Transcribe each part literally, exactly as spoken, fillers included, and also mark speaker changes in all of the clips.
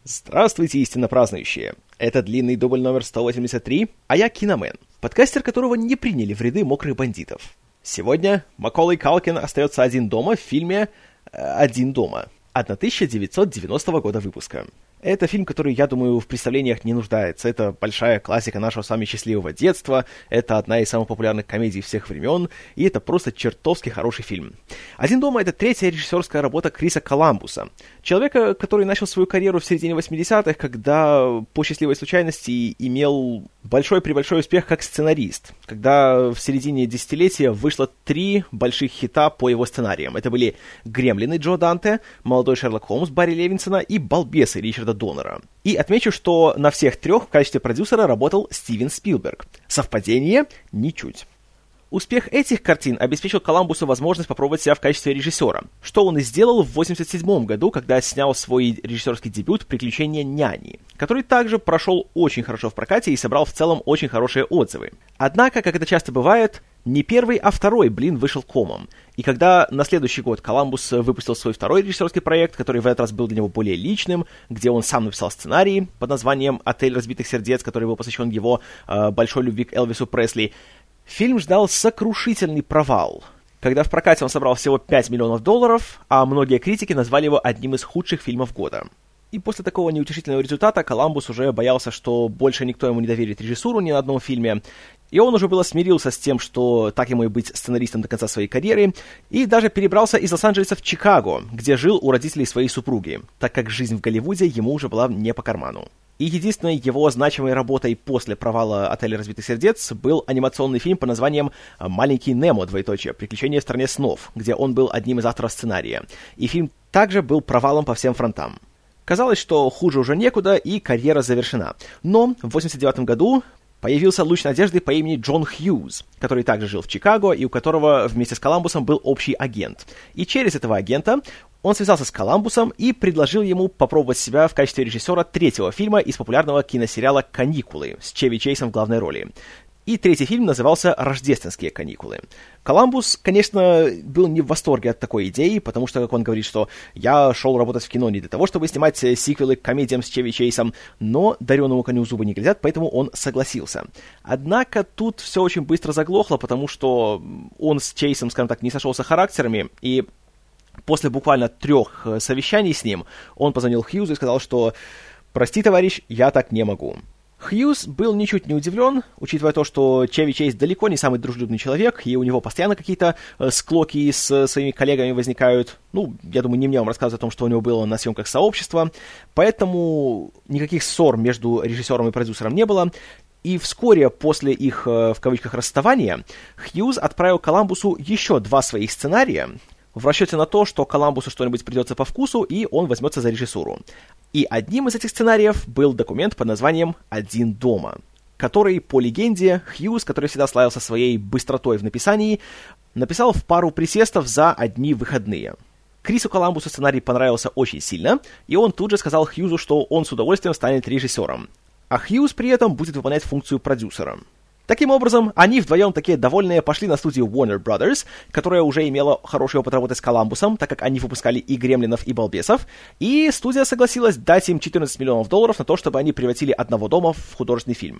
Speaker 1: Здравствуйте, истинно празднующие! Это длинный дубль номер сто восемьдесят три, а я Киномен, подкастер, которого не приняли в ряды мокрых бандитов. Сегодня Маколей Калкин остается один дома в фильме «Один дома» тысяча девятьсот девяностого года выпуска. Это фильм, который, я думаю, в представлениях не нуждается. Это большая классика нашего с вами счастливого детства, это одна из самых популярных комедий всех времен, и это просто чертовски хороший фильм. «Один дома» — это третья режиссерская работа Криса Коламбуса, человека, который начал свою карьеру в середине восьмидесятых, когда по счастливой случайности имел большой-пребольшой успех как сценарист, когда в середине десятилетия вышло три больших хита по его сценариям. Это были «Гремлины» Джо Данте, «Молодой Шерлок Холмс» Барри Левинсона и «Балбесы» Ричарда Доннера. И отмечу, что на всех трех в качестве продюсера работал Стивен Спилберг. Совпадение? Ничуть. Успех этих картин обеспечил Коламбусу возможность попробовать себя в качестве режиссера, что он и сделал в восемьдесят седьмом году, когда снял свой режиссерский дебют «Приключения няни», который также прошел очень хорошо в прокате и собрал в целом очень хорошие отзывы. Однако, как это часто бывает, не первый, а второй блин вышел комом. И когда на следующий год Коламбус выпустил свой второй режиссерский проект, который в этот раз был для него более личным, где он сам написал сценарий под названием «Отель разбитых сердец», который был посвящен его э, большой любви к Элвису Пресли, фильм ждал сокрушительный провал, когда в прокате он собрал всего пять миллионов долларов, а многие критики назвали его одним из худших фильмов года. И после такого неутешительного результата Коламбус уже боялся, что больше никто ему не доверит режиссуру ни на одном фильме, и он уже было смирился с тем, что так ему и быть сценаристом до конца своей карьеры, и даже перебрался из Лос-Анджелеса в Чикаго, где жил у родителей своей супруги, так как жизнь в Голливуде ему уже была не по карману. И единственной его значимой работой после провала «Отеля разбитых сердец» был анимационный фильм под названием «Маленький Немо, двоеточие. Приключения в стране снов», где он был одним из авторов сценария. И фильм также был провалом по всем фронтам. Казалось, что хуже уже некуда, и карьера завершена. Но в восемьдесят девятом году появился луч надежды по имени Джон Хьюз, который также жил в Чикаго и у которого вместе с Коламбусом был общий агент. И через этого агента он связался с Коламбусом и предложил ему попробовать себя в качестве режиссера третьего фильма из популярного киносериала «Каникулы» с Чеви Чейсом в главной роли. И третий фильм назывался «Рождественские каникулы». Коламбус, конечно, был не в восторге от такой идеи, потому что, как он говорит, что «я шел работать в кино не для того, чтобы снимать сиквелы к комедиям с Чеви Чейсом, но дареному коню зубы не грозят», поэтому он согласился. Однако тут все очень быстро заглохло, потому что он с Чейсом, скажем так, не сошелся характерами, и после буквально трех совещаний с ним он позвонил Хьюзу и сказал, что «прости, товарищ, я так не могу». Хьюз был ничуть не удивлен, учитывая то, что Чеви Чейз далеко не самый дружелюбный человек, и у него постоянно какие-то э, склоки с своими коллегами возникают. Ну, я думаю, не мне вам рассказывать о том, что у него было на съемках «Сообщества», поэтому никаких ссор между режиссером и продюсером не было. И вскоре после их, э, в кавычках, расставания, Хьюз отправил Коламбусу еще два своих сценария, в расчете на то, что Коламбусу что-нибудь придется по вкусу, и он возьмется за режиссуру. И одним из этих сценариев был документ под названием «Один дома», который, по легенде, Хьюз, который всегда славился своей быстротой в написании, написал в пару присестов за одни выходные. Крису Коламбусу сценарий понравился очень сильно, и он тут же сказал Хьюзу, что он с удовольствием станет режиссером, а Хьюз при этом будет выполнять функцию продюсера. Таким образом, они вдвоем такие довольные пошли на студию Warner Brothers, которая уже имела хороший опыт работы с Коламбусом, так как они выпускали и «Гремлинов», и «Балбесов», и студия согласилась дать им четырнадцать миллионов долларов на то, чтобы они превратили «Одного дома» в художественный фильм.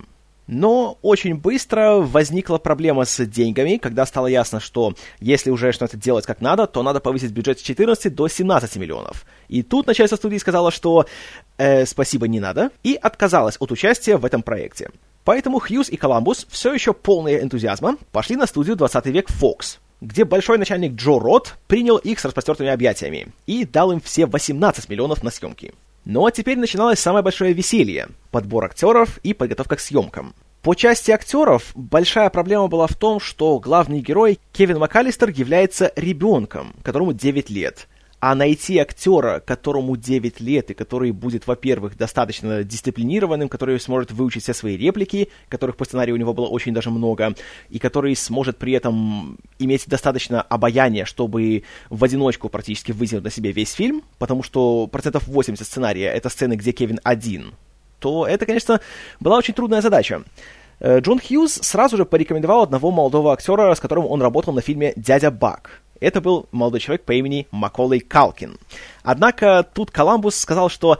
Speaker 1: Но очень быстро возникла проблема с деньгами, когда стало ясно, что если уже что-то делать как надо, то надо повысить бюджет с четырнадцати до семнадцати миллионов. И тут начальство студии сказало, что э, спасибо, не надо, и отказалась от участия в этом проекте. Поэтому Хьюз и Коламбус, все еще полные энтузиазма, пошли на студию «двадцатый век Fox», где большой начальник Джо Рот принял их с распростертыми объятиями и дал им все восемнадцать миллионов на съемки. Но теперь начиналось самое большое веселье – подбор актеров и подготовка к съемкам. По части актеров большая проблема была в том, что главный герой Кевин МакАлистер является ребенком, которому девять лет. А найти актера, которому девять лет, и который будет, во-первых, достаточно дисциплинированным, который сможет выучить все свои реплики, которых по сценарию у него было очень даже много, и который сможет при этом иметь достаточно обаяния, чтобы в одиночку практически вытянуть на себе весь фильм, потому что процентов восемьдесят сценария — это сцены, где Кевин один, то это, конечно, была очень трудная задача. Джон Хьюз сразу же порекомендовал одного молодого актера, с которым он работал на фильме «Дядя Баг». Это был молодой человек по имени Маколей Калкин. Однако тут Коламбус сказал, что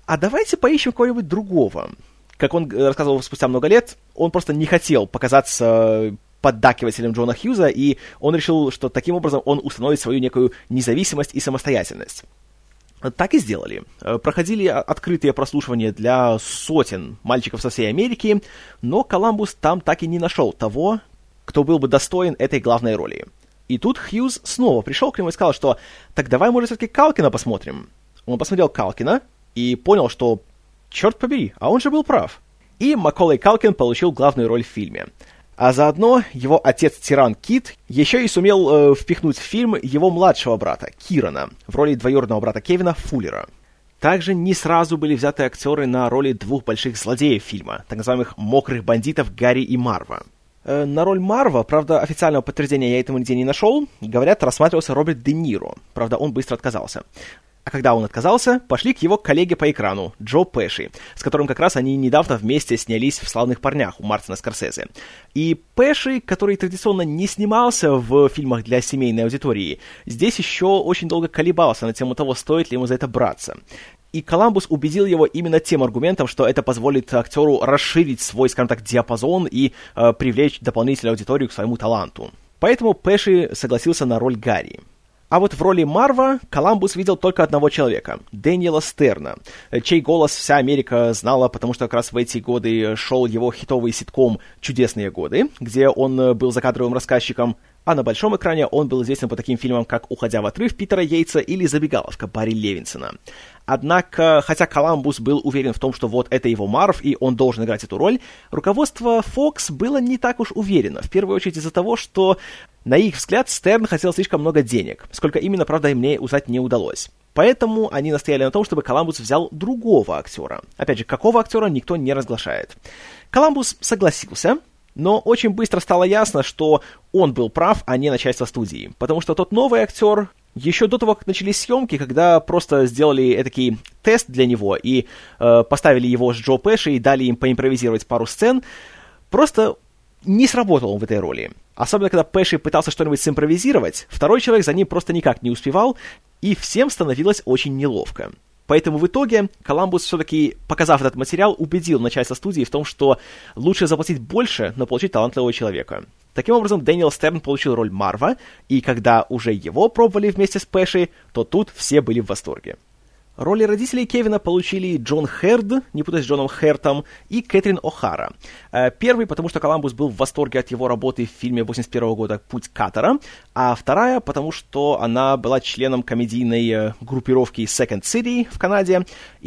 Speaker 1: а давайте поищем кого-нибудь другого. Как он рассказывал спустя много лет, он просто не хотел показаться поддакивателем Джона Хьюза, и он решил, что таким образом он установит свою некую независимость и самостоятельность. Так и сделали. Проходили открытые прослушивания для сотен мальчиков со всей Америки, но Коламбус там так и не нашел того, кто был бы достоин этой главной роли. И тут Хьюз снова пришел к нему и сказал, что «так давай, может, все-таки Калкина посмотрим». Он посмотрел Калкина и понял, что черт побери, а он же был прав. И Маколей Калкин получил главную роль в фильме. А заодно его отец-тиран Кит еще и сумел э, впихнуть в фильм его младшего брата, Кирана, в роли двоюродного брата Кевина Фуллера. Также не сразу были взяты актеры на роли двух больших злодеев фильма, так называемых «мокрых бандитов» Гарри и Марва. Э, на роль Марва, правда, официального подтверждения я этому нигде не нашел, говорят, рассматривался Роберт Де Ниро, правда, он быстро отказался. А когда он отказался, пошли к его коллеге по экрану, Джо Пэши, с которым как раз они недавно вместе снялись в «Славных парнях» у Мартина Скорсезе. И Пэши, который традиционно не снимался в фильмах для семейной аудитории, здесь еще очень долго колебался на тему того, стоит ли ему за это браться. И Коламбус убедил его именно тем аргументом, что это позволит актеру расширить свой, скажем так, диапазон и э, привлечь дополнительную аудиторию к своему таланту. Поэтому Пэши согласился на роль Гарри. А вот в роли Марва Коламбус видел только одного человека — Дэниела Стерна, чей голос вся Америка знала, потому что как раз в эти годы шел его хитовый ситком «Чудесные годы», где он был закадровым рассказчиком, а на большом экране он был известен по таким фильмам, как «Уходя в отрыв» Питера Йейтса или «Забегаловка» Барри Левинсона. Однако, хотя Коламбус был уверен в том, что вот это его Марв, и он должен играть эту роль, руководство Fox было не так уж уверено, в первую очередь из-за того, что, на их взгляд, Стерн хотел слишком много денег, сколько именно, правда, мне узнать не удалось. Поэтому они настояли на том, чтобы Коламбус взял другого актера. Опять же, какого актера никто не разглашает. Коламбус согласился, но очень быстро стало ясно, что он был прав, а не начальство студии, потому что тот новый актер, еще до того, как начались съемки, когда просто сделали этакий тест для него и э, поставили его с Джо Пэши и дали им поимпровизировать пару сцен, просто не сработал он в этой роли. Особенно, когда Пэши пытался что-нибудь симпровизировать, второй человек за ним просто никак не успевал, и всем становилось очень неловко. Поэтому в итоге Коламбус все-таки, показав этот материал, убедил начальство студии в том, что лучше заплатить больше, но получить талантливого человека. Таким образом, Дэниел Стерн получил роль Марва, и когда уже его пробовали вместе с Пэши, то тут все были в восторге. Роли родителей Кевина получили Джон Херд, не путать с Джоном Хертом, и Кэтрин О'Хара. Первый, потому что Коламбус был в восторге от его работы в фильме восемьдесят первого года «Путь Каттера», а вторая, потому что она была членом комедийной группировки Second City в Канаде,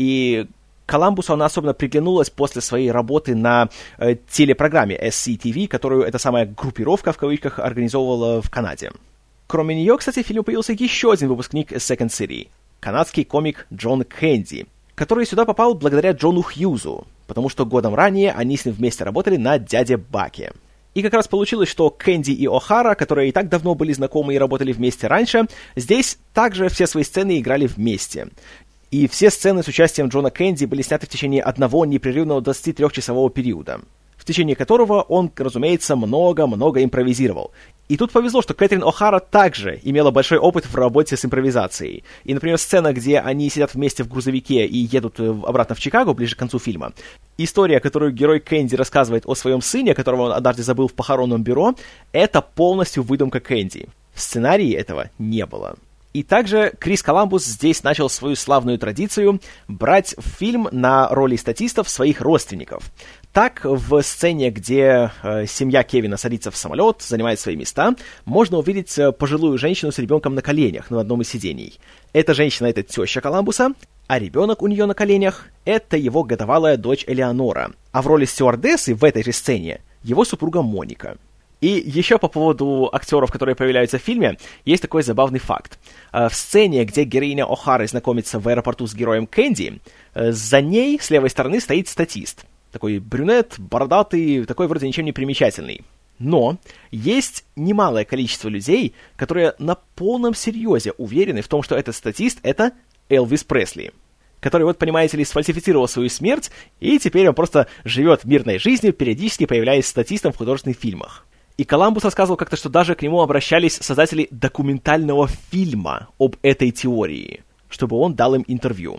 Speaker 1: и Коламбусу она особенно приглянулась после своей работы на э, телепрограмме эс си ти ви, которую эта самая группировка, в кавычках, организовывала в Канаде. Кроме нее, кстати, в фильме появился еще один выпускник Second City — канадский комик Джон Кэнди, который сюда попал благодаря Джону Хьюзу, потому что годом ранее они с ним вместе работали на «Дяде Баке». И как раз получилось, что Кэнди и О'Хара, которые и так давно были знакомы и работали вместе раньше, здесь также все свои сцены играли вместе. И все сцены с участием Джона Кэнди были сняты в течение одного непрерывного двадцатитрёхчасового периода, в течение которого он, разумеется, много-много импровизировал. И тут повезло, что Кэтрин О'Хара также имела большой опыт в работе с импровизацией. И, например, сцена, где они сидят вместе в грузовике и едут обратно в Чикаго, ближе к концу фильма. История, которую герой Кэнди рассказывает о своем сыне, которого он однажды забыл в похоронном бюро, это полностью выдумка Кэнди. В сценарии этого не было. И также Крис Коламбус здесь начал свою славную традицию брать в фильм на роли статистов своих родственников. Так, в сцене, где э, семья Кевина садится в самолет, занимает свои места, можно увидеть э, пожилую женщину с ребенком на коленях на одном из сидений. Эта женщина — это теща Коламбуса, а ребенок у нее на коленях — это его годовалая дочь Элеонора. А в роли стюардессы в этой же сцене его супруга Моника. И еще по поводу актеров, которые появляются в фильме, есть такой забавный факт. В сцене, где героиня О'Хары знакомится в аэропорту с героем Кэнди, за ней с левой стороны стоит статист. Такой брюнет, бородатый, такой вроде ничем не примечательный. Но есть немалое количество людей, которые на полном серьезе уверены в том, что этот статист — это Элвис Пресли, который, вот, понимаете ли, сфальсифицировал свою смерть, и теперь он просто живет мирной жизнью, периодически появляясь статистом в художественных фильмах. И Коламбус рассказывал как-то, что даже к нему обращались создатели документального фильма об этой теории, чтобы он дал им интервью.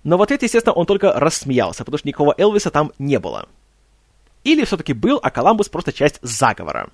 Speaker 1: Но в ответ, естественно, он только рассмеялся, потому что никакого Элвиса там не было. Или все-таки был, а Коламбус просто часть заговора?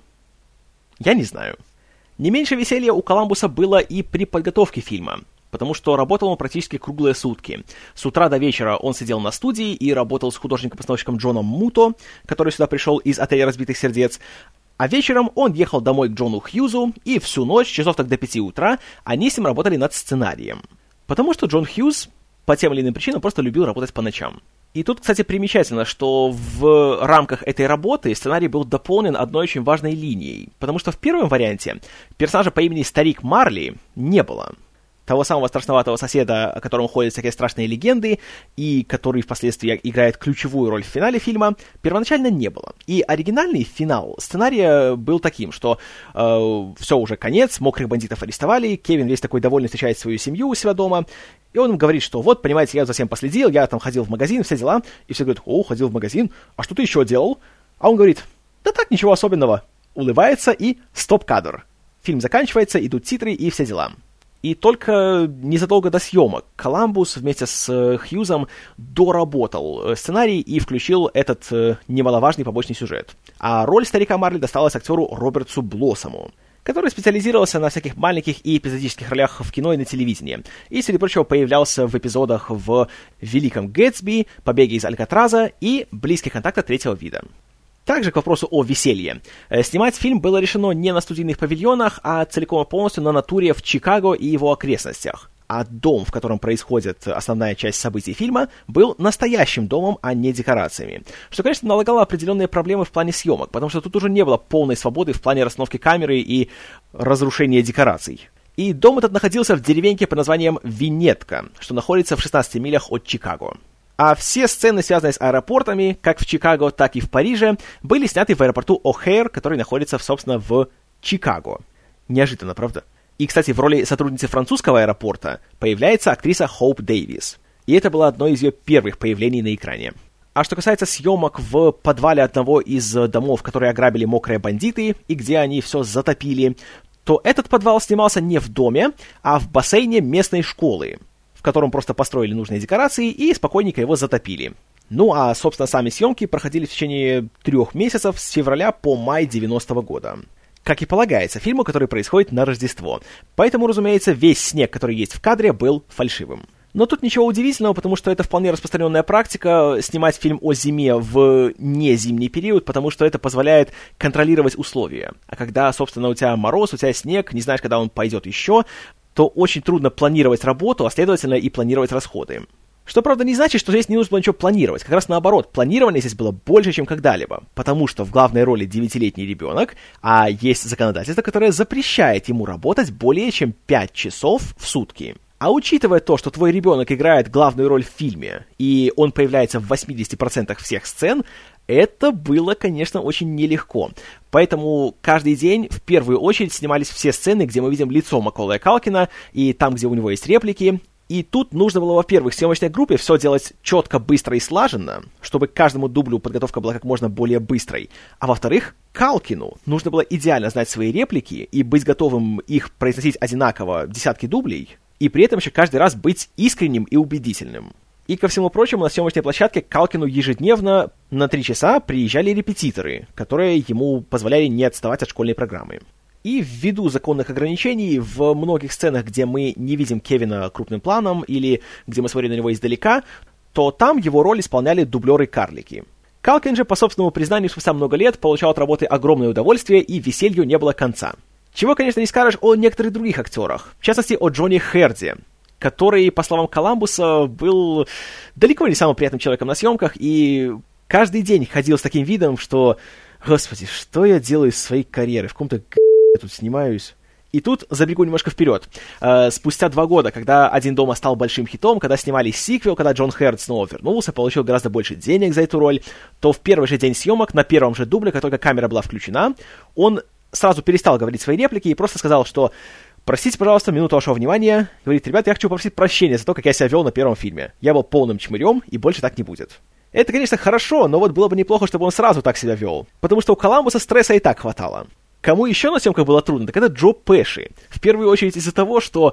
Speaker 1: Я не знаю. Не меньше веселья у Коламбуса было и при подготовке фильма, потому что работал он практически круглые сутки. С утра до вечера он сидел на студии и работал с художником-постановщиком Джоном Муто, который сюда пришел из «Отеля разбитых сердец», а вечером он ехал домой к Джону Хьюзу, и всю ночь, часов так до пяти утра, они с ним работали над сценарием. Потому что Джон Хьюз по тем или иным причинам просто любил работать по ночам. И тут, кстати, примечательно, что в рамках этой работы сценарий был дополнен одной очень важной линией, потому что в первом варианте персонажа по имени Старик Марли не было. Того самого страшноватого соседа, о котором ходят всякие страшные легенды, и который впоследствии играет ключевую роль в финале фильма, первоначально не было. И оригинальный финал сценария был таким, что э, все, уже конец, мокрых бандитов арестовали, Кевин весь такой довольный встречает свою семью у себя дома, и он им говорит, что вот, понимаете, я за всем последил, я там ходил в магазин, все дела, и все говорят: о, ходил в магазин, а что ты еще делал? А он говорит: да так, ничего особенного. Улыбается и стоп-кадр. Фильм заканчивается, идут титры и все дела. И только незадолго до съемок Коламбус вместе с Хьюзом доработал сценарий и включил этот э, немаловажный побочный сюжет. А роль Старика Марли досталась актеру Робертсу Блоссому, который специализировался на всяких маленьких и эпизодических ролях в кино и на телевидении. И, среди прочего, появлялся в эпизодах в «Великом Гэтсби», «Побеге из Алькатраза» и «Близких контактах третьего вида». Также к вопросу о веселье. Снимать фильм было решено не на студийных павильонах, а целиком и полностью на натуре в Чикаго и его окрестностях. А дом, в котором происходит основная часть событий фильма, был настоящим домом, а не декорациями. Что, конечно, налагало определенные проблемы в плане съемок, потому что тут уже не было полной свободы в плане расстановки камеры и разрушения декораций. И дом этот находился в деревеньке под названием Винетка, что находится в шестнадцати милях от Чикаго. А все сцены, связанные с аэропортами, как в Чикаго, так и в Париже, были сняты в аэропорту О'Хейр, который находится, собственно, в Чикаго. Неожиданно, правда? И, кстати, в роли сотрудницы французского аэропорта появляется актриса Хоуп Дэвис. И это было одно из ее первых появлений на экране. А что касается съемок в подвале одного из домов, которые ограбили мокрые бандиты, и где они все затопили, то этот подвал снимался не в доме, а в бассейне местной школы, в котором просто построили нужные декорации и спокойненько его затопили. Ну а, собственно, сами съемки проходили в течение трех месяцев с февраля по май девяностого года. Как и полагается фильму, который происходит на Рождество. Поэтому, разумеется, весь снег, который есть в кадре, был фальшивым. Но тут ничего удивительного, потому что это вполне распространенная практика снимать фильм о зиме в незимний период, потому что это позволяет контролировать условия. А когда, собственно, у тебя мороз, у тебя снег, не знаешь, когда он пойдет еще, то очень трудно планировать работу, а следовательно и планировать расходы. Что, правда, не значит, что здесь не нужно было ничего планировать. Как раз наоборот, планирование здесь было больше, чем когда-либо. Потому что в главной роли девятилетний ребенок, а есть законодательство, которое запрещает ему работать более чем пять часов в сутки. А учитывая то, что твой ребенок играет главную роль в фильме, и он появляется в восемьдесят процентов всех сцен, это было, конечно, очень нелегко. Поэтому каждый день в первую очередь снимались все сцены, где мы видим лицо Маколея Калкина, и там, где у него есть реплики. И тут нужно было, во-первых, в съемочной группе все делать четко, быстро и слаженно, чтобы к каждому дублю подготовка была как можно более быстрой. А во-вторых, Калкину нужно было идеально знать свои реплики и быть готовым их произносить одинаково десятки дублей, и при этом еще каждый раз быть искренним и убедительным. И, ко всему прочему, на съемочной площадке к Калкину ежедневно на три часа приезжали репетиторы, которые ему позволяли не отставать от школьной программы. И ввиду законных ограничений, в многих сценах, где мы не видим Кевина крупным планом или где мы смотрим на него издалека, то там его роль исполняли дублеры-карлики. Калкин же, по собственному признанию, спустя много лет получал от работы огромное удовольствие, и веселью не было конца. Чего, конечно, не скажешь о некоторых других актерах, в частности, о Джонни Херди, который, по словам Коламбуса, был далеко не самым приятным человеком на съемках, и каждый день ходил с таким видом, что, господи, что я делаю с своей карьерой, в каком-то г*** я тут снимаюсь. И тут забегу немножко вперед. Э, спустя два года, когда «Один дома» стал большим хитом, когда снимали сиквел, когда Джон Херд снова вернулся, получил гораздо больше денег за эту роль, то в первый же день съемок, на первом же дубле, как только камера была включена, он сразу перестал говорить свои реплики и просто сказал, что «Простите, пожалуйста, минуту вашего внимания». Говорит: «Ребят, я хочу попросить прощения за то, как я себя вел на первом фильме. Я был полным чмырем, и больше так не будет». Это, конечно, хорошо, но вот было бы неплохо, чтобы он сразу так себя вел, потому что у Коламбуса стресса и так хватало. Кому еще на съемках было трудно, так это Джо Пэши. В первую очередь из-за того, что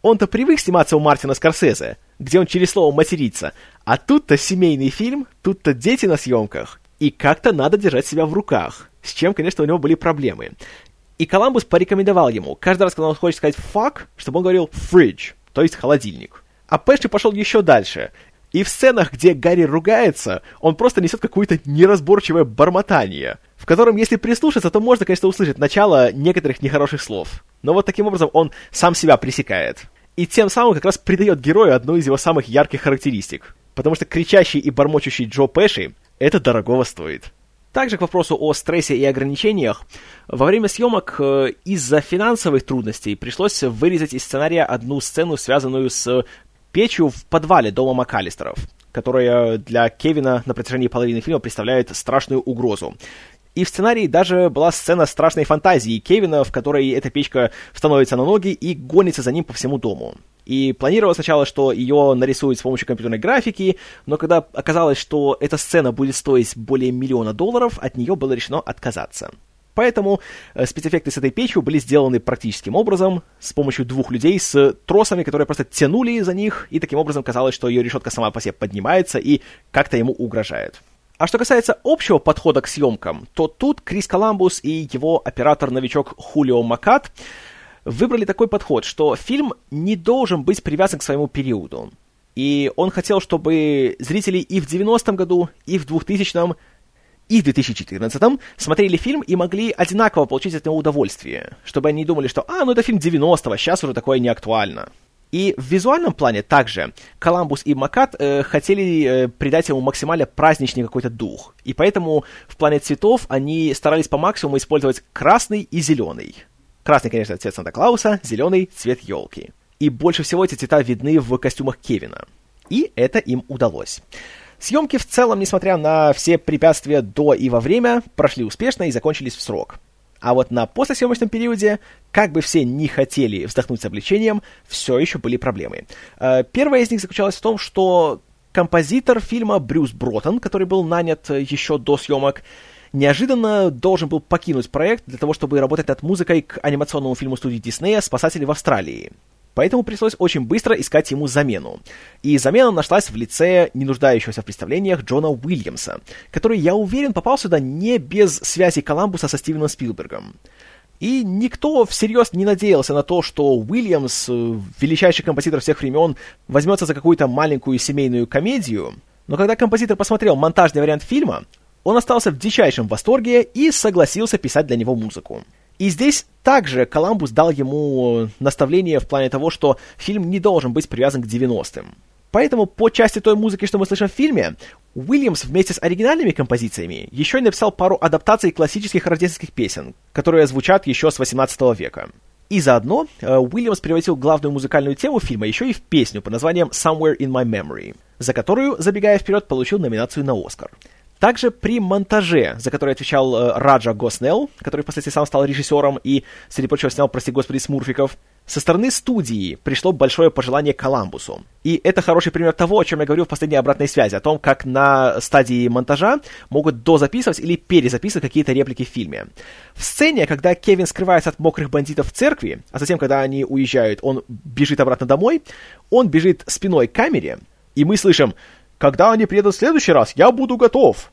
Speaker 1: Он-то привык сниматься у Мартина Скорсезе, где он через слово матерится, а тут-то семейный фильм, тут-то дети на съемках, и как-то надо держать себя в руках, с чем, конечно, у него были проблемы. И Коламбус порекомендовал ему, каждый раз, когда он хочет сказать «fuck», чтобы он говорил «fridge», то есть «холодильник». А Пэшли пошел еще дальше. И в сценах, где Гарри ругается, он просто несет какое-то неразборчивое бормотание, в котором, если прислушаться, то можно, конечно, услышать начало некоторых нехороших слов. Но вот таким образом он сам себя пресекает. И тем самым как раз придает герою одну из его самых ярких характеристик. Потому что кричащий и бормочущий Джо Пэши — это дорогого стоит. Также к вопросу о стрессе и ограничениях. Во время съемок э, из-за финансовых трудностей пришлось вырезать из сценария одну сцену, связанную с печью в подвале дома МакАлистеров, которая для Кевина на протяжении половины фильма представляет страшную угрозу. И в сценарии даже была сцена страшной фантазии Кевина, в которой эта печка становится на ноги и гонится за ним по всему дому. И планировалось сначала, что ее нарисуют с помощью компьютерной графики, но когда оказалось, что эта сцена будет стоить более миллиона долларов, от нее было решено отказаться. Поэтому спецэффекты с этой печью были сделаны практическим образом, с помощью двух людей с тросами, которые просто тянули за них, и таким образом казалось, что ее решетка сама по себе поднимается и как-то ему угрожает. А что касается общего подхода к съемкам, то тут Крис Коламбус и его оператор-новичок Хулио Макат выбрали такой подход, что фильм не должен быть привязан к своему периоду. И он хотел, чтобы зрители и в девяностом году, и в двухтысячном, и в две тысячи четырнадцатом смотрели фильм и могли одинаково получить от него удовольствие, чтобы они не думали, что «а, ну это фильм девяностого, сейчас уже такое не актуально». И в визуальном плане также Коламбус и Макат э, хотели э, придать ему максимально праздничный какой-то дух, и поэтому в плане цветов они старались по максимуму использовать красный и зеленый. Красный, конечно, цвет Санта-Клауса, зеленый — цвет елки. И больше всего эти цвета видны в костюмах Кевина. И это им удалось. Съемки в целом, несмотря на все препятствия до и во время, прошли успешно и закончились в срок. А вот на послесъемочном периоде, как бы все ни хотели вздохнуть с облегчением, все еще были проблемы. Первая из них заключалась в том, что композитор фильма Брюс Броттон, который был нанят еще до съемок, неожиданно должен был покинуть проект для того, чтобы работать над музыкой к анимационному фильму студии Диснея «Спасатели в Австралии». Поэтому пришлось очень быстро искать ему замену. И замена нашлась в лице не нуждающегося в представлениях Джона Уильямса, который, я уверен, попал сюда не без связи Коламбуса со Стивеном Спилбергом. И никто всерьез не надеялся на то, что Уильямс, величайший композитор всех времен, возьмется за какую-то маленькую семейную комедию. Но когда композитор посмотрел монтажный вариант фильма, он остался в дичайшем восторге и согласился писать для него музыку. И здесь также Коламбус дал ему наставление в плане того, что фильм не должен быть привязан к девяностым. Поэтому по части той музыки, что мы слышим в фильме, Уильямс вместе с оригинальными композициями еще и написал пару адаптаций классических рождественских песен, которые звучат еще с восемнадцатого века. И заодно э, Уильямс превратил главную музыкальную тему фильма еще и в песню под названием «Somewhere in my memory», за которую, забегая вперед, получил номинацию на Оскар. Также при монтаже, за который отвечал э, Раджа Госнелл, который впоследствии сам стал режиссером и, среди прочего, снял «Прости господи» Смурфиков, со стороны студии пришло большое пожелание Коламбусу. И это хороший пример того, о чем я говорил в последней обратной связи, о том, как на стадии монтажа могут дозаписывать или перезаписывать какие-то реплики в фильме. В сцене, когда Кевин скрывается от мокрых бандитов в церкви, а затем, когда они уезжают, он бежит обратно домой, он бежит спиной к камере, и мы слышим: «Когда они приедут в следующий раз, я буду готов».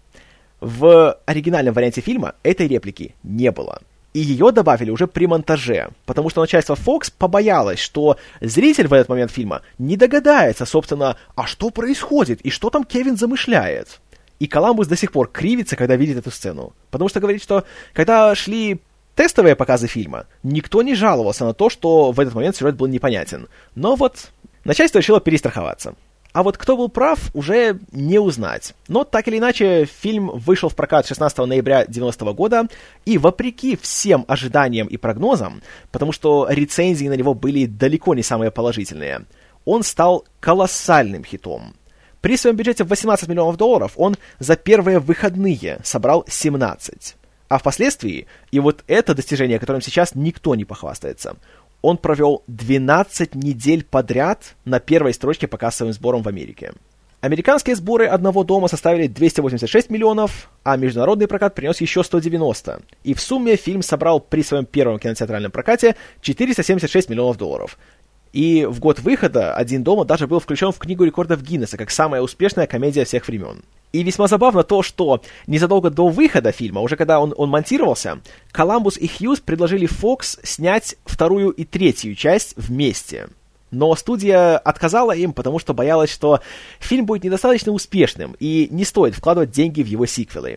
Speaker 1: В оригинальном варианте фильма этой реплики не было. И ее добавили уже при монтаже, потому что начальство Fox побоялось, что зритель в этот момент фильма не догадается, собственно, а что происходит и что там Кевин замышляет. И Коламбус до сих пор кривится, когда видит эту сцену. Потому что говорит, что когда шли тестовые показы фильма, никто не жаловался на то, что в этот момент сюжет был непонятен. Но вот начальство решило перестраховаться. А вот кто был прав, уже не узнать. Но так или иначе, фильм вышел в прокат шестнадцатого ноября девяностого года, и вопреки всем ожиданиям и прогнозам, потому что рецензии на него были далеко не самые положительные, он стал колоссальным хитом. При своем бюджете в восемнадцать миллионов долларов он за первые выходные собрал семнадцать. А впоследствии, и вот это достижение, которым сейчас никто не похвастается, он провел двенадцать недель подряд на первой строчке по кассовым сборам в Америке. Американские сборы «Одного дома» составили двести восемьдесят шесть миллионов, а международный прокат принес еще сто девяносто. И в сумме фильм собрал при своем первом кинотеатральном прокате четыреста семьдесят шесть миллионов долларов. И в год выхода «Один дома» даже был включен в Книгу рекордов Гиннесса как самая успешная комедия всех времен. И весьма забавно то, что незадолго до выхода фильма, уже когда он, он монтировался, Коламбус и Хьюз предложили Fox снять вторую и третью часть вместе. Но студия отказала им, потому что боялась, что фильм будет недостаточно успешным и не стоит вкладывать деньги в его сиквелы.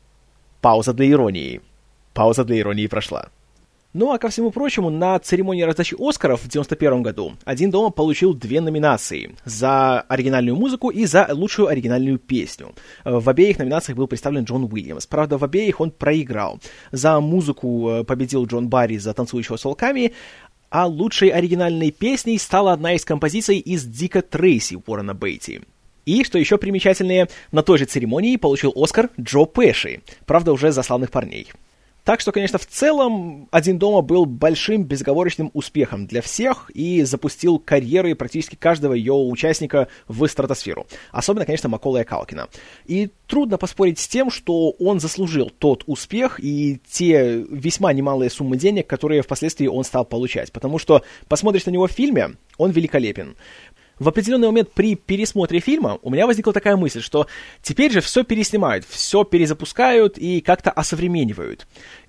Speaker 1: Пауза для иронии. Пауза для иронии прошла. Ну а ко всему прочему, на церемонии раздачи Оскаров в девяносто первом году «Один дома» получил две номинации за оригинальную музыку и за лучшую оригинальную песню. В обеих номинациях был представлен Джон Уильямс. Правда, в обеих он проиграл. За музыку победил Джон Барри за «Танцующего с волками», а лучшей оригинальной песней стала одна из композиций из «Дика Трейси» Уоррена Бейти. И, что еще примечательнее, на той же церемонии получил Оскар Джо Пэши, правда, уже за «Славных парней». Так что, конечно, в целом «Один дома» был большим безоговорочным успехом для всех и запустил карьеры практически каждого ее участника в стратосферу. Особенно, конечно, Маколея Калкина. И трудно поспорить с тем, что он заслужил тот успех и те весьма немалые суммы денег, которые впоследствии он стал получать. Потому что посмотришь на него в фильме, он великолепен. В определенный момент при пересмотре фильма у меня возникла такая мысль, что теперь же все переснимают, все перезапускают и как-то осовременивают.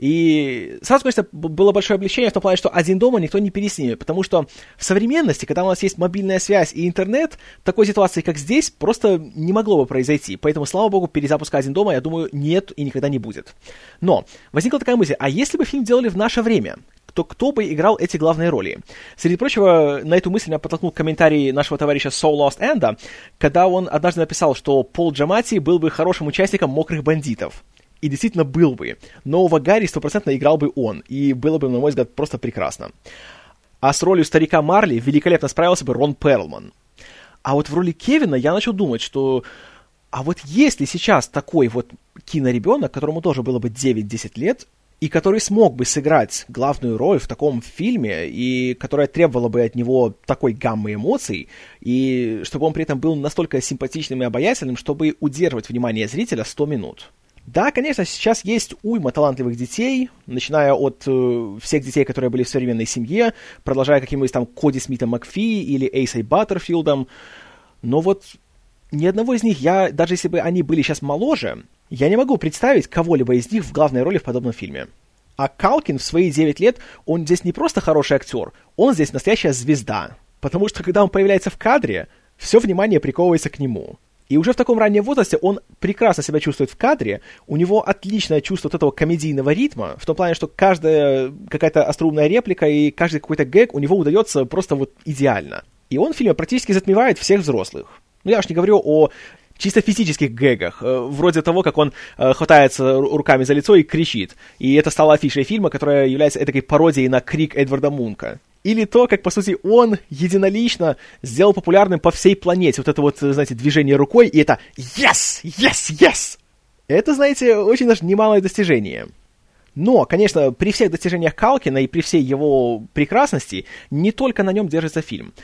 Speaker 1: И сразу, конечно, было большое облегчение в том плане, что «Один дома» никто не переснимет, потому что в современности, когда у нас есть мобильная связь и интернет, такой ситуации, как здесь, просто не могло бы произойти. Поэтому, слава богу, перезапуска «Один дома», я думаю, нет и никогда не будет. Но возникла такая мысль, а если бы фильм делали в наше время, то кто бы играл эти главные роли? Среди прочего, на эту мысль меня подтолкнул комментарий нашего товарища So Lost Энда, когда он однажды написал, что Пол Джаматти был бы хорошим участником «Мокрых бандитов». И действительно был бы. Нового Гарри стопроцентно играл бы он, и было бы, на мой взгляд, просто прекрасно. А с ролью старика Марли великолепно справился бы Рон Перлман. А вот в роли Кевина я начал думать, что... А вот если сейчас такой вот киноребенок, которому тоже было бы девять-десять лет, и который смог бы сыграть главную роль в таком фильме, и которая требовала бы от него такой гаммы эмоций, и чтобы он при этом был настолько симпатичным и обаятельным, чтобы удерживать внимание зрителя сто минут. Да, конечно, сейчас есть уйма талантливых детей, начиная от э, всех детей, которые были в современной семье, продолжая каким-нибудь там Коди Смитом Макфи или Эйсой Баттерфилдом, но вот ни одного из них я, даже если бы они были сейчас моложе, я не могу представить кого-либо из них в главной роли в подобном фильме. А Калкин в свои девять лет, он здесь не просто хороший актер, он здесь настоящая звезда. Потому что, когда он появляется в кадре, все внимание приковывается к нему. И уже в таком раннем возрасте он прекрасно себя чувствует в кадре, у него отличное чувство вот этого комедийного ритма, в том плане, что каждая какая-то остроумная реплика и каждый какой-то гэг у него удается просто вот идеально. И он в фильме практически затмевает всех взрослых. Ну, я уж не говорю о чисто физических гэгах, вроде того, как он хватается руками за лицо и кричит. И это стало афишей фильма, которая является этакой пародией на крик Эдварда Мунка. Или то, как, по сути, он единолично сделал популярным по всей планете вот это вот, знаете, движение рукой, и это «Yes! Yes! Yes!». Это, знаете, очень даже немалое достижение. Но, конечно, при всех достижениях Калкина и при всей его прекрасности не только на нем держится фильм.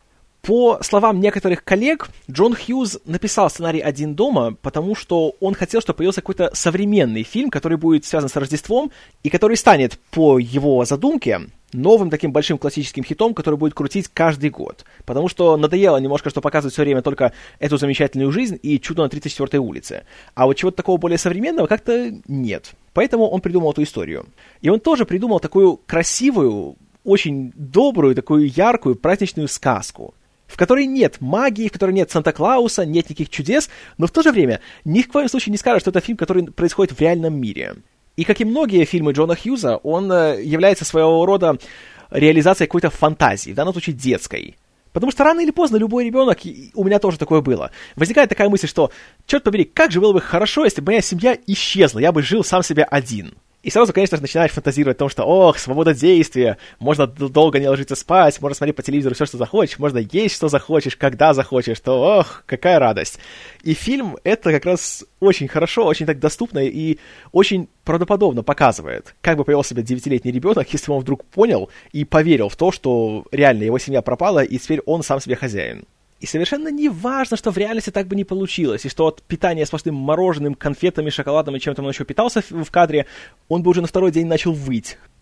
Speaker 1: По словам некоторых коллег, Джон Хьюз написал сценарий «Один дома», потому что он хотел, чтобы появился какой-то современный фильм, который будет связан с Рождеством, и который станет, по его задумке, новым таким большим классическим хитом, который будет крутить каждый год. Потому что надоело немножко, что показывают все время только эту замечательную жизнь и чудо на тридцать четвёртой улице. А вот чего-то такого более современного как-то нет. Поэтому он придумал эту историю. И он тоже придумал такую красивую, очень добрую, такую яркую праздничную сказку, в которой нет магии, в которой нет Санта-Клауса, нет никаких чудес, но в то же время ни в коем случае не скажешь, что это фильм, который происходит в реальном мире. И как и многие фильмы Джона Хьюза, он является своего рода реализацией какой-то фантазии, в данном случае детской. Потому что рано или поздно любой ребенок, и у меня тоже такое было, возникает такая мысль, что, черт побери, как же было бы хорошо, если бы моя семья исчезла, я бы жил сам себе один. И сразу, конечно же, начинаешь фантазировать о том, что, ох, свобода действия, можно долго не ложиться спать, можно смотреть по телевизору все, что захочешь, можно есть, что захочешь, когда захочешь, то, ох, какая радость. И фильм это как раз очень хорошо, очень так доступно и очень правдоподобно показывает, как бы повел себя девятилетний ребенок, если он вдруг понял и поверил в то, что реально его семья пропала, и теперь он сам себе хозяин. И совершенно не важно, что в реальности так бы не получилось, и что от питания сплошным мороженым, конфетами, шоколадом и чем-то он еще питался в кадре, он бы уже на второй день начал выть.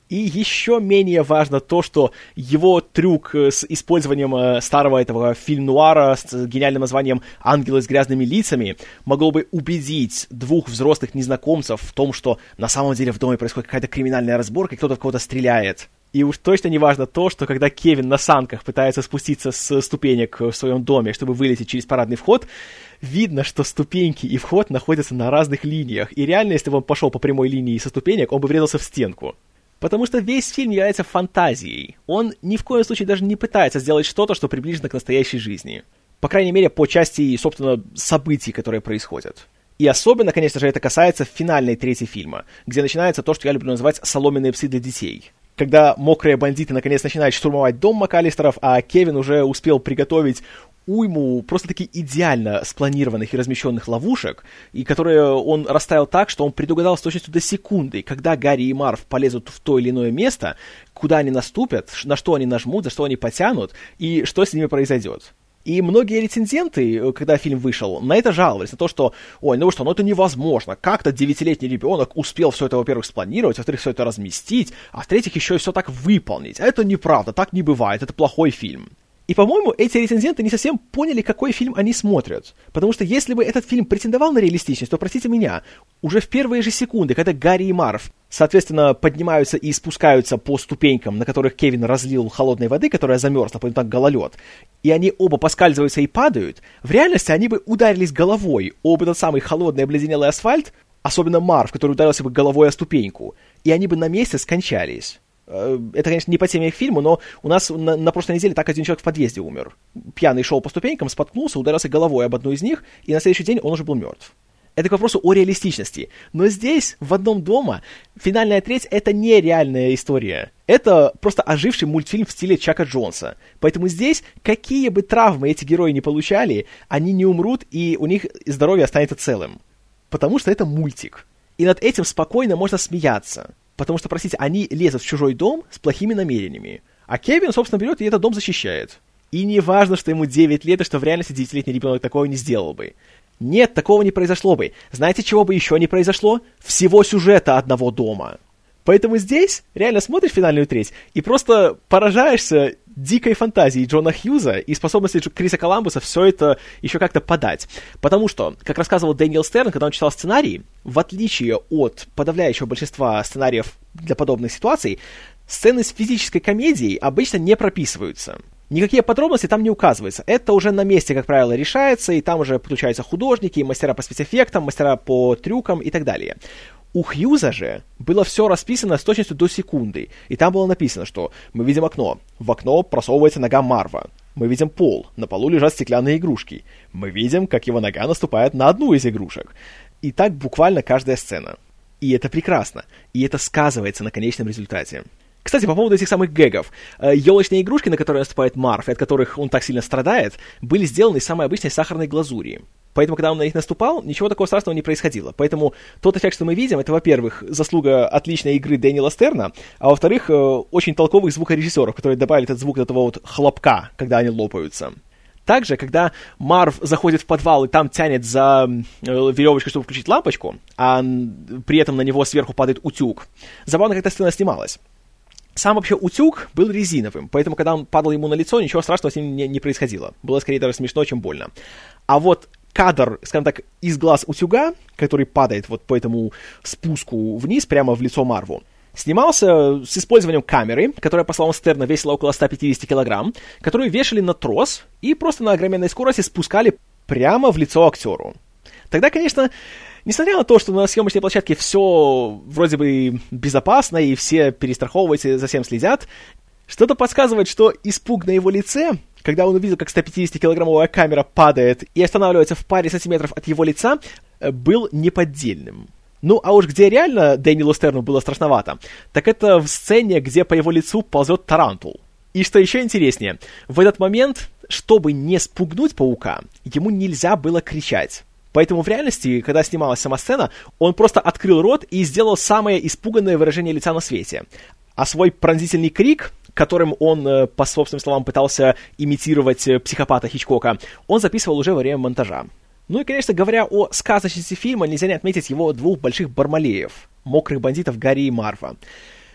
Speaker 1: И еще менее важно то, что его трюк с использованием старого этого фильм-нуара с гениальным названием «Ангелы с грязными лицами» могло бы убедить двух взрослых незнакомцев в том, что на самом деле в доме происходит какая-то криминальная разборка, и кто-то в кого-то стреляет. И уж точно не важно то, что когда Кевин на санках пытается спуститься с ступенек в своем доме, чтобы вылететь через парадный вход, видно, что ступеньки и вход находятся на разных линиях. И реально, если бы он пошел по прямой линии со ступенек, он бы врезался в стенку. Потому что весь фильм является фантазией. Он ни в коем случае даже не пытается сделать что-то, что приближено к настоящей жизни. По крайней мере, по части, собственно, событий, которые происходят. И особенно, конечно же, это касается финальной трети фильма, где начинается то, что я люблю называть «соломенные псы для детей». Когда мокрые бандиты наконец начинают штурмовать дом МакАллистеров, а Кевин уже успел приготовить уйму просто-таки идеально спланированных и размещенных ловушек, и которые он расставил так, что он предугадал с точностью до секунды, когда Гарри и Марв полезут в то или иное место, куда они наступят, на что они нажмут, за что они потянут, и что с ними произойдет. И многие рецензенты, когда фильм вышел, на это жаловались, на то, что, ой, ну что, ну это невозможно, как-то девятилетний ребенок успел все это, во-первых, спланировать, во-вторых, все это разместить, а в-третьих, еще и все так выполнить. Это неправда, так не бывает, это плохой фильм. И, по-моему, эти рецензенты не совсем поняли, какой фильм они смотрят. Потому что если бы этот фильм претендовал на реалистичность, то, простите меня, уже в первые же секунды, когда Гарри и Марв, соответственно, поднимаются и спускаются по ступенькам, на которых Кевин разлил холодной воды, которая замерзла, поэтому так гололед, и они оба поскальзываются и падают, в реальности они бы ударились головой об этот самый холодный обледенелый асфальт, особенно Марв, который ударился бы головой о ступеньку, и они бы на месте скончались. Это, конечно, не по теме к фильму, но у нас на, на прошлой неделе так один человек в подъезде умер. Пьяный шел по ступенькам, споткнулся, ударился головой об одну из них, и на следующий день он уже был мертв. Это к вопросу о реалистичности. Но здесь, в одном дома, финальная треть — это не реальная история. Это просто оживший мультфильм в стиле Чака Джонса. Поэтому здесь, какие бы травмы эти герои не получали, они не умрут, и у них здоровье останется целым. Потому что это мультик. И над этим спокойно можно смеяться. Потому что, простите, они лезут в чужой дом с плохими намерениями. А Кевин, собственно, берет и этот дом защищает. И не важно, что ему девять лет, и что в реальности девятилетний ребенок такого не сделал бы. Нет, такого не произошло бы. Знаете, чего бы еще не произошло? Всего сюжета одного дома. Поэтому здесь реально смотришь финальную треть и просто поражаешься дикой фантазией Джона Хьюза и способностью Криса Коламбуса все это еще как-то подать. Потому что, как рассказывал Дэниел Стерн, когда он читал сценарий, в отличие от подавляющего большинства сценариев для подобных ситуаций, сцены с физической комедией обычно не прописываются. Никакие подробности там не указываются. Это уже на месте, как правило, решается, и там уже подключаются художники, мастера по спецэффектам, мастера по трюкам и так далее. У Хьюза же было все расписано с точностью до секунды, и там было написано, что мы видим окно, в окно просовывается нога Марва, мы видим пол, на полу лежат стеклянные игрушки, мы видим, как его нога наступает на одну из игрушек. И так буквально каждая сцена. И это прекрасно, и это сказывается на конечном результате. Кстати, по поводу этих самых гэгов. Елочные игрушки, на которые наступает Марв, и от которых он так сильно страдает, были сделаны из самой обычной сахарной глазури. Поэтому, когда он на них наступал, ничего такого страшного не происходило. Поэтому тот эффект, что мы видим, это, во-первых, заслуга отличной игры Дэниела Стерна, а во-вторых, очень толковых звукорежиссеров, которые добавили этот звук до того вот хлопка, когда они лопаются. Также, когда Марв заходит в подвал и там тянет за веревочку, чтобы включить лампочку, а при этом на него сверху падает утюг, забавно, как эта сцена снималась. Сам вообще утюг был резиновым, поэтому, когда он падал ему на лицо, ничего страшного с ним не, не происходило. Было скорее даже смешно, чем больно. А вот кадр, скажем так, из глаз утюга, который падает вот по этому спуску вниз, прямо в лицо Марву, снимался с использованием камеры, которая, по словам Стерна, весила около сто пятьдесят килограмм, которую вешали на трос и просто на огроменной скорости спускали прямо в лицо актеру. Тогда, конечно, несмотря на то, что на съемочной площадке все вроде бы безопасно и все перестраховываются, за всем следят, что-то подсказывает, что испуг на его лице, когда он увидел, как сто пятидесятикилограммовая камера падает и останавливается в паре сантиметров от его лица, был неподдельным. Ну, а уж где реально Дэниелу Стерну было страшновато, так это в сцене, где по его лицу ползет тарантул. И что еще интереснее, в этот момент, чтобы не спугнуть паука, ему нельзя было кричать. Поэтому в реальности, когда снималась сама сцена, он просто открыл рот и сделал самое испуганное выражение лица на свете. А свой пронзительный крик, которым он, по собственным словам, пытался имитировать психопата Хичкока, он записывал уже во время монтажа. Ну и, конечно, говоря о сказочности фильма, нельзя не отметить его двух больших бармалеев, мокрых бандитов Гарри и Марва.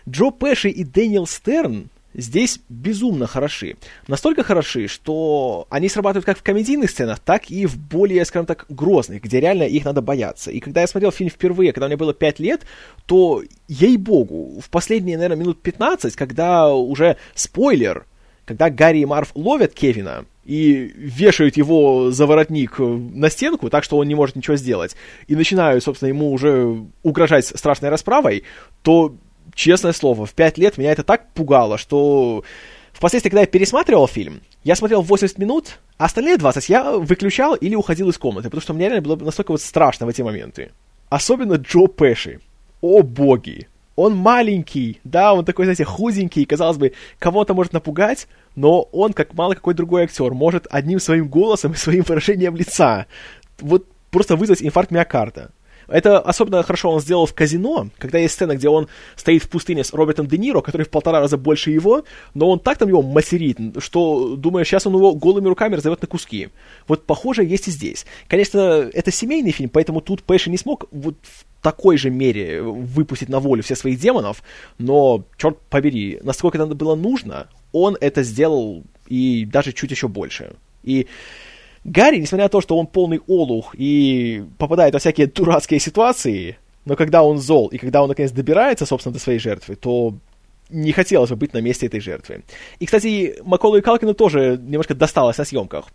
Speaker 1: Джо Пеши и Дэниел Стерн здесь безумно хороши. Настолько хороши, что они срабатывают как в комедийных сценах, так и в более, скажем так, грозных, где реально их надо бояться. И когда я смотрел фильм впервые, когда мне было пять лет, то, ей-богу, в последние, наверное, минут пятнадцать, когда уже спойлер, когда Гарри и Марв ловят Кевина и вешают его за воротник на стенку, так что он не может ничего сделать, и начинают, собственно, ему уже угрожать страшной расправой, то... Честное слово, в пять лет меня это так пугало, что впоследствии, когда я пересматривал фильм, я смотрел восемьдесят минут, а остальные двадцать я выключал или уходил из комнаты, потому что мне реально было настолько вот страшно в эти моменты. Особенно Джо Пеши. О боги! Он маленький, да, он такой, знаете, худенький, казалось бы, кого-то может напугать, но он, как мало какой другой актер, может одним своим голосом и своим выражением лица вот просто вызвать инфаркт миокарда. Это особенно хорошо он сделал в «Казино», когда есть сцена, где он стоит в пустыне с Робертом Де Ниро, который в полтора раза больше его, но он так там его материт, что, думаешь, сейчас он его голыми руками разорвет на куски. Вот похоже есть и здесь. Конечно, это семейный фильм, поэтому тут Пеши не смог вот в такой же мере выпустить на волю все своих демонов, но, черт побери, насколько это было нужно, он это сделал и даже чуть еще больше. И Гарри, несмотря на то, что он полный олух и попадает во всякие дурацкие ситуации, но когда он зол и когда он, наконец, добирается, собственно, до своей жертвы, то не хотелось бы быть на месте этой жертвы. И, кстати, Макколу Калкину тоже немножко досталось на съемках.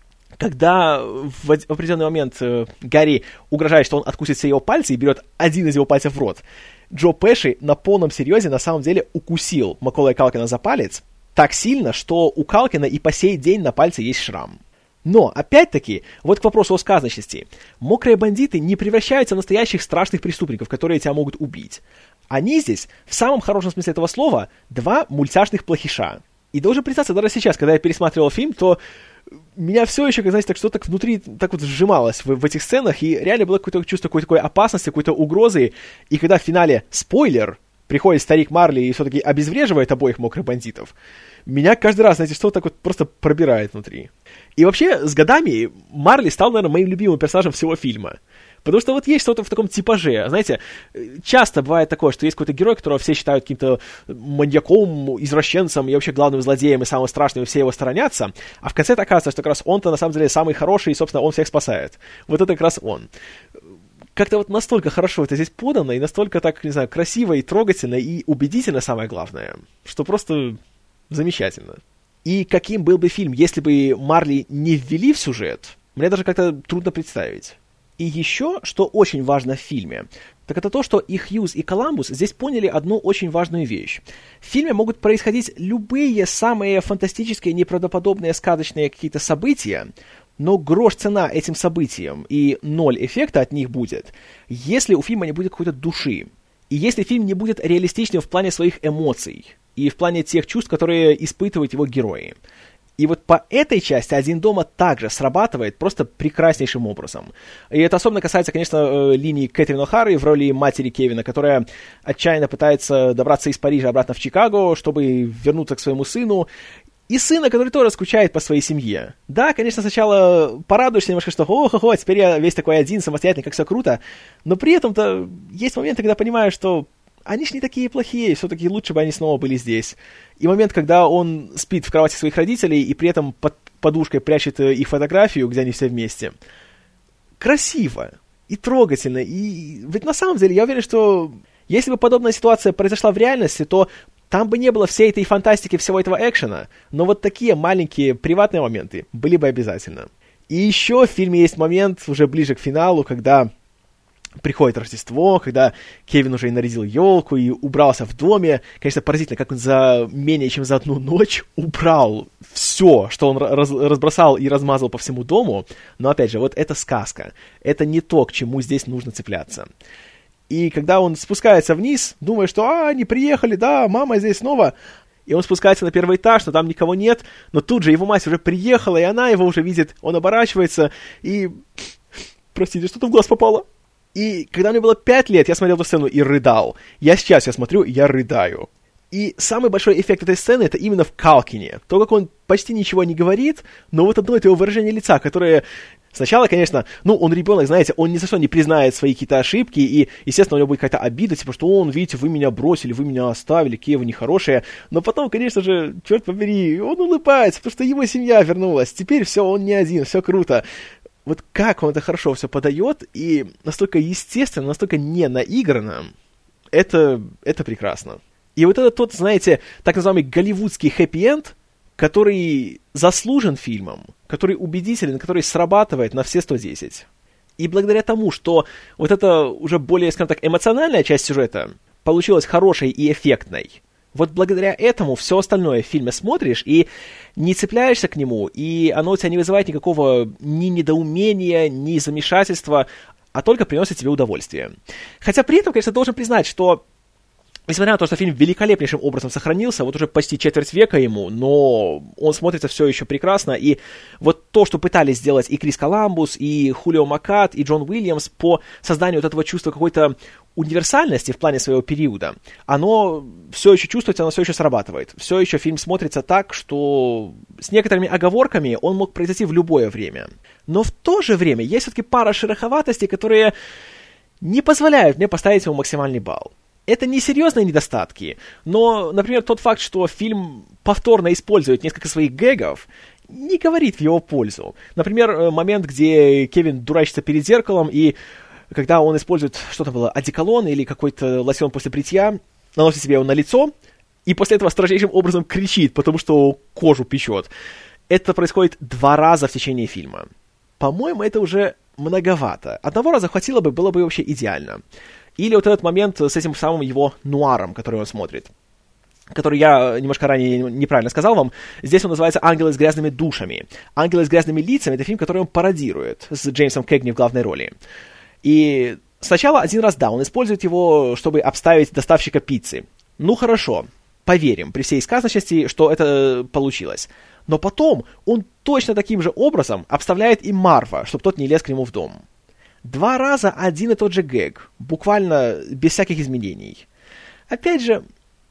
Speaker 1: Когда в определенный момент Гарри угрожает, что он откусит все его пальцы и берет один из его пальцев в рот, Джо Пеши на полном серьезе на самом деле укусил Макколу Калкина за палец так сильно, что у Калкина и по сей день на пальце есть шрам. Но, опять-таки, вот к вопросу о сказочности. Мокрые бандиты не превращаются в настоящих страшных преступников, которые тебя могут убить. Они здесь, в самом хорошем смысле этого слова, два мультяшных плохиша. И должен признаться, даже сейчас, когда я пересматривал фильм, то меня все еще, как знаете, так что-то внутри так вот сжималось в, в этих сценах, и реально было какое-то чувство какой-то такой опасности, какой-то угрозы. И когда в финале, спойлер, приходит старик Марли и все-таки обезвреживает обоих мокрых бандитов, меня каждый раз, знаете, что-то так вот просто пробирает внутри. И вообще, с годами Марли стал, наверное, моим любимым персонажем всего фильма. Потому что вот есть что-то в таком типаже. Знаете, часто бывает такое, что есть какой-то герой, которого все считают каким-то маньяком, извращенцем и вообще главным злодеем и самым страшным, и все его сторонятся. А в конце оказывается, что как раз он-то на самом деле самый хороший, и, собственно, он всех спасает. Вот это как раз он. Как-то вот настолько хорошо это здесь подано, и настолько так, не знаю, красиво и трогательно, и убедительно, самое главное, что просто замечательно. И каким был бы фильм, если бы Марли не ввели в сюжет, мне даже как-то трудно представить. И еще, что очень важно в фильме, так это то, что и Хьюз, и Коламбус здесь поняли одну очень важную вещь. В фильме могут происходить любые самые фантастические, неправдоподобные, сказочные какие-то события, но грош цена этим событиям, и ноль эффекта от них будет, если у фильма не будет какой-то души, и если фильм не будет реалистичным в плане своих эмоций, и в плане тех чувств, которые испытывают его герои. И вот по этой части «Один дома» также срабатывает просто прекраснейшим образом. И это особенно касается, конечно, линии Кэтрин О'Хары в роли матери Кевина, которая отчаянно пытается добраться из Парижа обратно в Чикаго, чтобы вернуться к своему сыну. И сына, который тоже скучает по своей семье. Да, конечно, сначала порадуешься немножко, что «О-хо-хо, теперь я весь такой один, самостоятельный, как все круто». Но при этом-то есть моменты, когда понимаешь, что они ж не такие плохие, все-таки лучше бы они снова были здесь. И момент, когда он спит в кровати своих родителей и при этом под подушкой прячет их фотографию, где они все вместе. Красиво и трогательно. И ведь на самом деле я уверен, что если бы подобная ситуация произошла в реальности, то там бы не было всей этой фантастики, всего этого экшена. Но вот такие маленькие приватные моменты были бы обязательно. И еще в фильме есть момент, уже ближе к финалу, когда приходит Рождество, когда Кевин уже и нарядил елку, и убрался в доме. Конечно, поразительно, как он за менее чем за одну ночь убрал все, что он раз, разбросал и размазал по всему дому. Но, опять же, вот это сказка. Это не то, к чему здесь нужно цепляться. И когда он спускается вниз, думая, что «А, они приехали, да, мама здесь снова», и он спускается на первый этаж, но там никого нет, но тут же его мать уже приехала, и она его уже видит, он оборачивается, и... Простите, что-то в глаз попало. И когда мне было пять лет, я смотрел эту сцену и рыдал. Я сейчас, я смотрю, я рыдаю. И самый большой эффект этой сцены — это именно в Калкине. То, как он почти ничего не говорит, но вот одно это его выражение лица, которое Сначала, конечно, ну, он ребенок, знаете, он ни за что не признает свои какие-то ошибки, и, естественно, у него будет какая-то обида, типа, что он, видите, вы меня бросили, вы меня оставили, какие вы нехорошие. Но потом, конечно же, черт побери, он улыбается, потому что его семья вернулась. Теперь все, он не один, все круто. Вот как он это хорошо все подает, и настолько естественно, настолько не наигранно, это, это прекрасно. И вот это тот, знаете, так называемый голливудский хэппи-энд, который заслужен фильмом, который убедителен, который срабатывает на все сто десять. И благодаря тому, что вот эта уже более, скажем так, эмоциональная часть сюжета получилась хорошей и эффектной, вот благодаря этому все остальное в фильме смотришь и не цепляешься к нему, и оно у тебя не вызывает никакого ни недоумения, ни замешательства, а только приносит тебе удовольствие. Хотя при этом, конечно, должен признать, что несмотря на то, что фильм великолепнейшим образом сохранился, вот уже почти четверть века ему, но он смотрится все еще прекрасно, и вот то, что пытались сделать и Крис Коламбус, и Хулио Макат, и Джон Уильямс по созданию вот этого чувства какой-то универсальности в плане своего периода, оно все еще чувствуется, оно все еще срабатывает. Все еще фильм смотрится так, что с некоторыми оговорками он мог произойти в любое время. Но в то же время есть все-таки пара шероховатостей, которые не позволяют мне поставить ему максимальный балл. Это не серьезные недостатки, но, например, тот факт, что фильм повторно использует несколько своих гэгов, не говорит в его пользу. Например, момент, где Кевин дурачится перед зеркалом, и когда он использует, что там было, одеколон или какой-то лосьон после бритья, наносит себе его на лицо, и после этого строжайшим образом кричит, потому что кожу печет. Это происходит два раза в течение фильма. По-моему, это уже многовато. Одного раза хватило бы, было бы вообще идеально. Или вот этот момент с этим самым его нуаром, который он смотрит, который я немножко ранее неправильно сказал вам. Здесь он называется «Ангелы с грязными душами». «Ангелы с грязными лицами» — это фильм, который он пародирует с Джеймсом Кэгни в главной роли. И сначала один раз, да, он использует его, чтобы обставить доставщика пиццы. Ну хорошо, поверим при всей сказочности, что это получилось. Но потом он точно таким же образом обставляет и Марва, чтобы тот не лез к нему в дом. Два раза один и тот же гэг, буквально без всяких изменений. Опять же,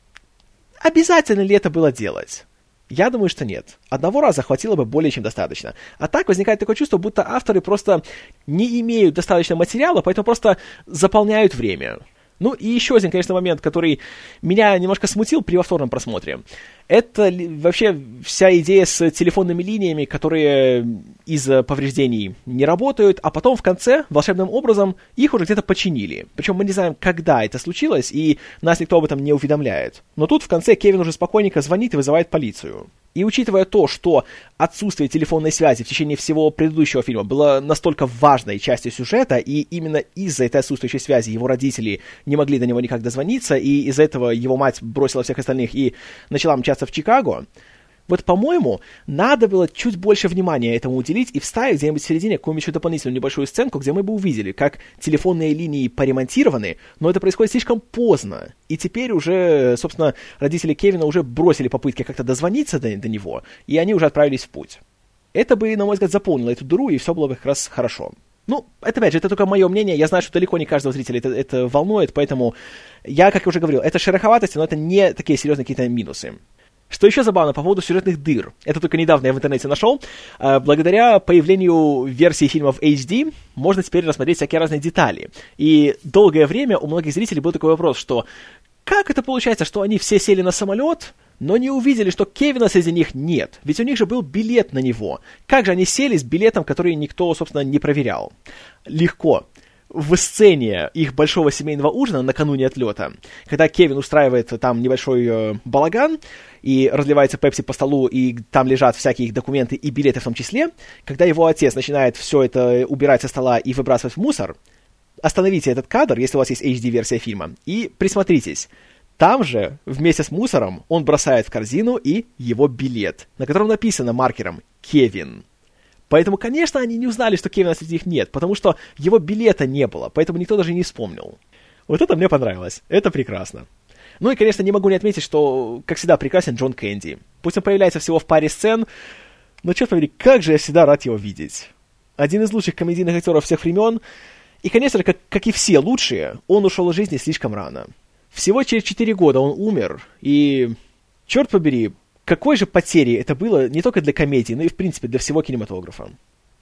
Speaker 1: обязательно ли это было делать? Я думаю, что нет. Одного раза хватило бы более чем достаточно. А так возникает такое чувство, будто авторы просто не имеют достаточно материала, поэтому просто заполняют время. Ну и еще один, конечно, момент, который меня немножко смутил при повторном просмотре. Это вообще вся идея с телефонными линиями, которые из-за повреждений не работают, а потом в конце волшебным образом их уже где-то починили. Причем мы не знаем, когда это случилось, и нас никто об этом не уведомляет. Но тут в конце Кевин уже спокойненько звонит и вызывает полицию. И учитывая то, что отсутствие телефонной связи в течение всего предыдущего фильма было настолько важной частью сюжета, и именно из-за этой отсутствующей связи его родители не могли до него никак дозвониться, и из-за этого его мать бросила всех остальных и начала мчаться в Чикаго, вот, по-моему, надо было чуть больше внимания этому уделить и вставить где-нибудь в середине какую-нибудь еще дополнительную небольшую сценку, где мы бы увидели, как телефонные линии поремонтированы, но это происходит слишком поздно. И теперь уже, собственно, родители Кевина уже бросили попытки как-то дозвониться до, до него, и они уже отправились в путь. Это бы, на мой взгляд, заполнило эту дыру, и все было бы как раз хорошо. Ну, это, опять же, это только мое мнение, я знаю, что далеко не каждого зрителя это, это волнует, поэтому я, как я уже говорил, это шероховатости, но это не такие серьезные какие-то минусы. Что еще забавно по поводу сюжетных дыр, это только недавно я в интернете нашел, благодаря появлению версии фильмов эйч ди можно теперь рассмотреть всякие разные детали. И долгое время у многих зрителей был такой вопрос, что как это получается, что они все сели на самолет, но не увидели, что Кевина среди них нет, ведь у них же был билет на него. Как же они сели с билетом, который никто, собственно, не проверял? Легко. В сцене их большого семейного ужина накануне отлета, когда Кевин устраивает там небольшой э, балаган, и разливается пепси по столу, и там лежат всякие их документы и билеты в том числе, когда его отец начинает все это убирать со стола и выбрасывать в мусор, остановите этот кадр, если у вас есть эйч ди-версия фильма, и присмотритесь. Там же, вместе с мусором, он бросает в корзину и его билет, на котором написано маркером «Кевин». Поэтому, конечно, они не узнали, что Кевина среди них нет, потому что его билета не было, поэтому никто даже не вспомнил. Вот это мне понравилось. Это прекрасно. Ну и, конечно, не могу не отметить, что, как всегда, прекрасен Джон Кэнди. Пусть он появляется всего в паре сцен, но, черт побери, как же я всегда рад его видеть. Один из лучших комедийных актеров всех времен. И, конечно же, как, как и все лучшие, он ушел из жизни слишком рано. Всего через четыре года он умер, и, черт побери, какой же потерей это было не только для комедии, но и, в принципе, для всего кинематографа.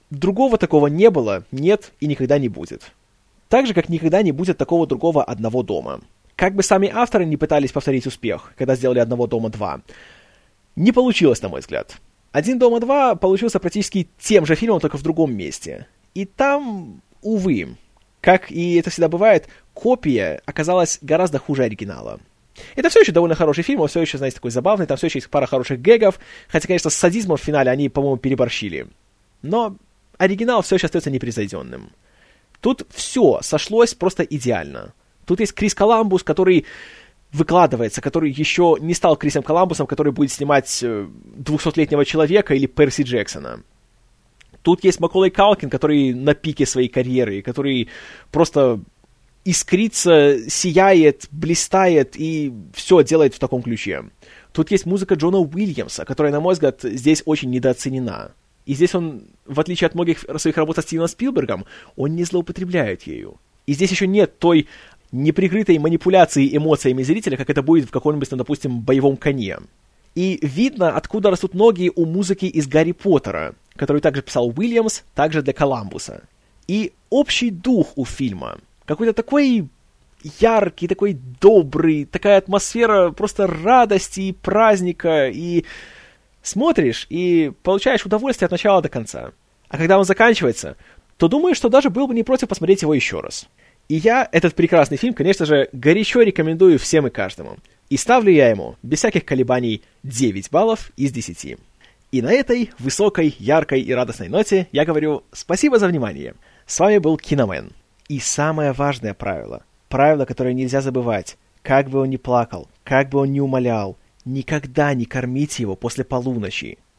Speaker 1: другого такого не было, нет и никогда не будет. Так же, как никогда не будет такого другого «Одного дома». Как бы сами авторы не пытались повторить успех, когда сделали «Одного дома два», не получилось, на мой взгляд. «Один дома два» получился практически тем же фильмом, только в другом месте. И там, увы, как и это всегда бывает, копия оказалась гораздо хуже оригинала. Это все еще довольно хороший фильм, он все еще, знаете, такой забавный, там все еще есть пара хороших гэгов, хотя, конечно, с садизмом в финале они, по-моему, переборщили. Но оригинал все еще остается непревзойденным. Тут все сошлось просто идеально. Тут есть Крис Коламбус, который выкладывается, который еще не стал Крисом Коламбусом, который будет снимать двухсотлетнего человека или Перси Джексона. Тут есть Маколей Калкин, который на пике своей карьеры, который просто искрится, сияет, блистает и все делает в таком ключе. Тут есть музыка Джона Уильямса, которая, на мой взгляд, здесь очень недооценена. И здесь он, в отличие от многих своих работ со Стивеном Спилбергом, он не злоупотребляет ею. И здесь еще нет той неприкрытой манипуляции эмоциями зрителя, как это будет в каком-нибудь, ну, допустим, «Боевом коне». И видно, откуда растут ноги у музыки из «Гарри Поттера», которую также писал Уильямс, также для Коламбуса. И общий дух у фильма какой-то такой яркий, такой добрый, такая атмосфера просто радости и праздника, и смотришь, и получаешь удовольствие от начала до конца. А когда он заканчивается, то думаешь, что даже был бы не против посмотреть его еще раз. И я этот прекрасный фильм, конечно же, горячо рекомендую всем и каждому. И ставлю я ему, без всяких колебаний, девять баллов из десяти. И на этой высокой, яркой и радостной ноте я говорю спасибо за внимание. С вами был Киномен. И самое важное правило, правило, которое нельзя забывать, как бы он ни плакал, как бы он ни умолял, никогда не кормите его после полуночи.